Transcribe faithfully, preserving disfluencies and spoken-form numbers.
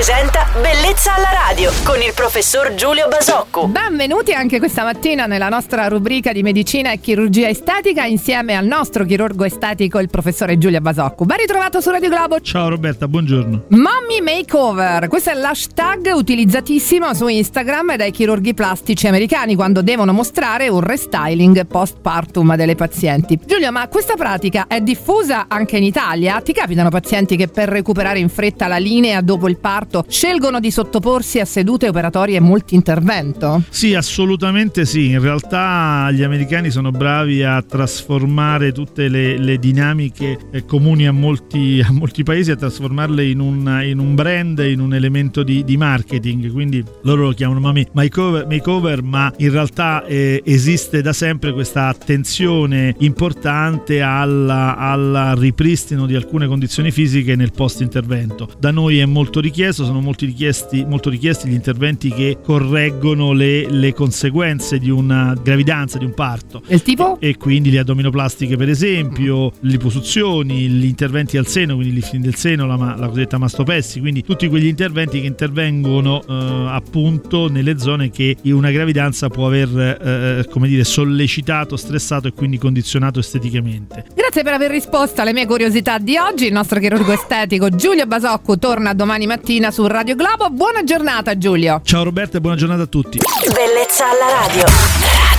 presenta Bellezza alla radio con il professor Giulio Basocco. Benvenuti anche questa mattina nella nostra rubrica di medicina e chirurgia estetica insieme al nostro chirurgo estetico, il professore Giulio Basocco. Ben ritrovato su Radio Globo. Ciao Roberta, buongiorno. Mommy Makeover, questo è l'hashtag utilizzatissimo su Instagram dai chirurghi plastici americani quando devono mostrare un restyling postpartum delle pazienti. Giulio, ma questa pratica è diffusa anche in Italia? Ti capitano pazienti che per recuperare in fretta la linea dopo il parto scelgono di sottoporsi a sedute operatorie multi-intervento? Sì, assolutamente sì. In realtà gli americani sono bravi a trasformare tutte le, le dinamiche eh, comuni a molti, a molti paesi, a trasformarle in un, in un brand, in un elemento di, di marketing. Quindi loro lo chiamano Mommy Makeover, makeover ma in realtà eh, esiste da sempre questa attenzione importante alla, al ripristino di alcune condizioni fisiche nel post-intervento. Da noi è molto richiesto, sono molti richiesti, molto richiesti gli interventi che correggono le, le conseguenze di una gravidanza, di un parto. Il tipo? E, e quindi le addominoplastiche per esempio, le liposuzioni, gli interventi al seno, quindi i lifting del seno, la, la cosiddetta mastopessi, quindi tutti quegli interventi che intervengono eh, appunto nelle zone che una gravidanza può aver eh, come dire sollecitato, stressato e quindi condizionato esteticamente. Grazie per aver risposto alle mie curiosità di oggi. Il nostro chirurgo estetico Giulio Basocco torna domani mattina su Radio Globo. Buona giornata Giulio. Ciao Roberta e buona giornata a tutti. Bellezza alla radio.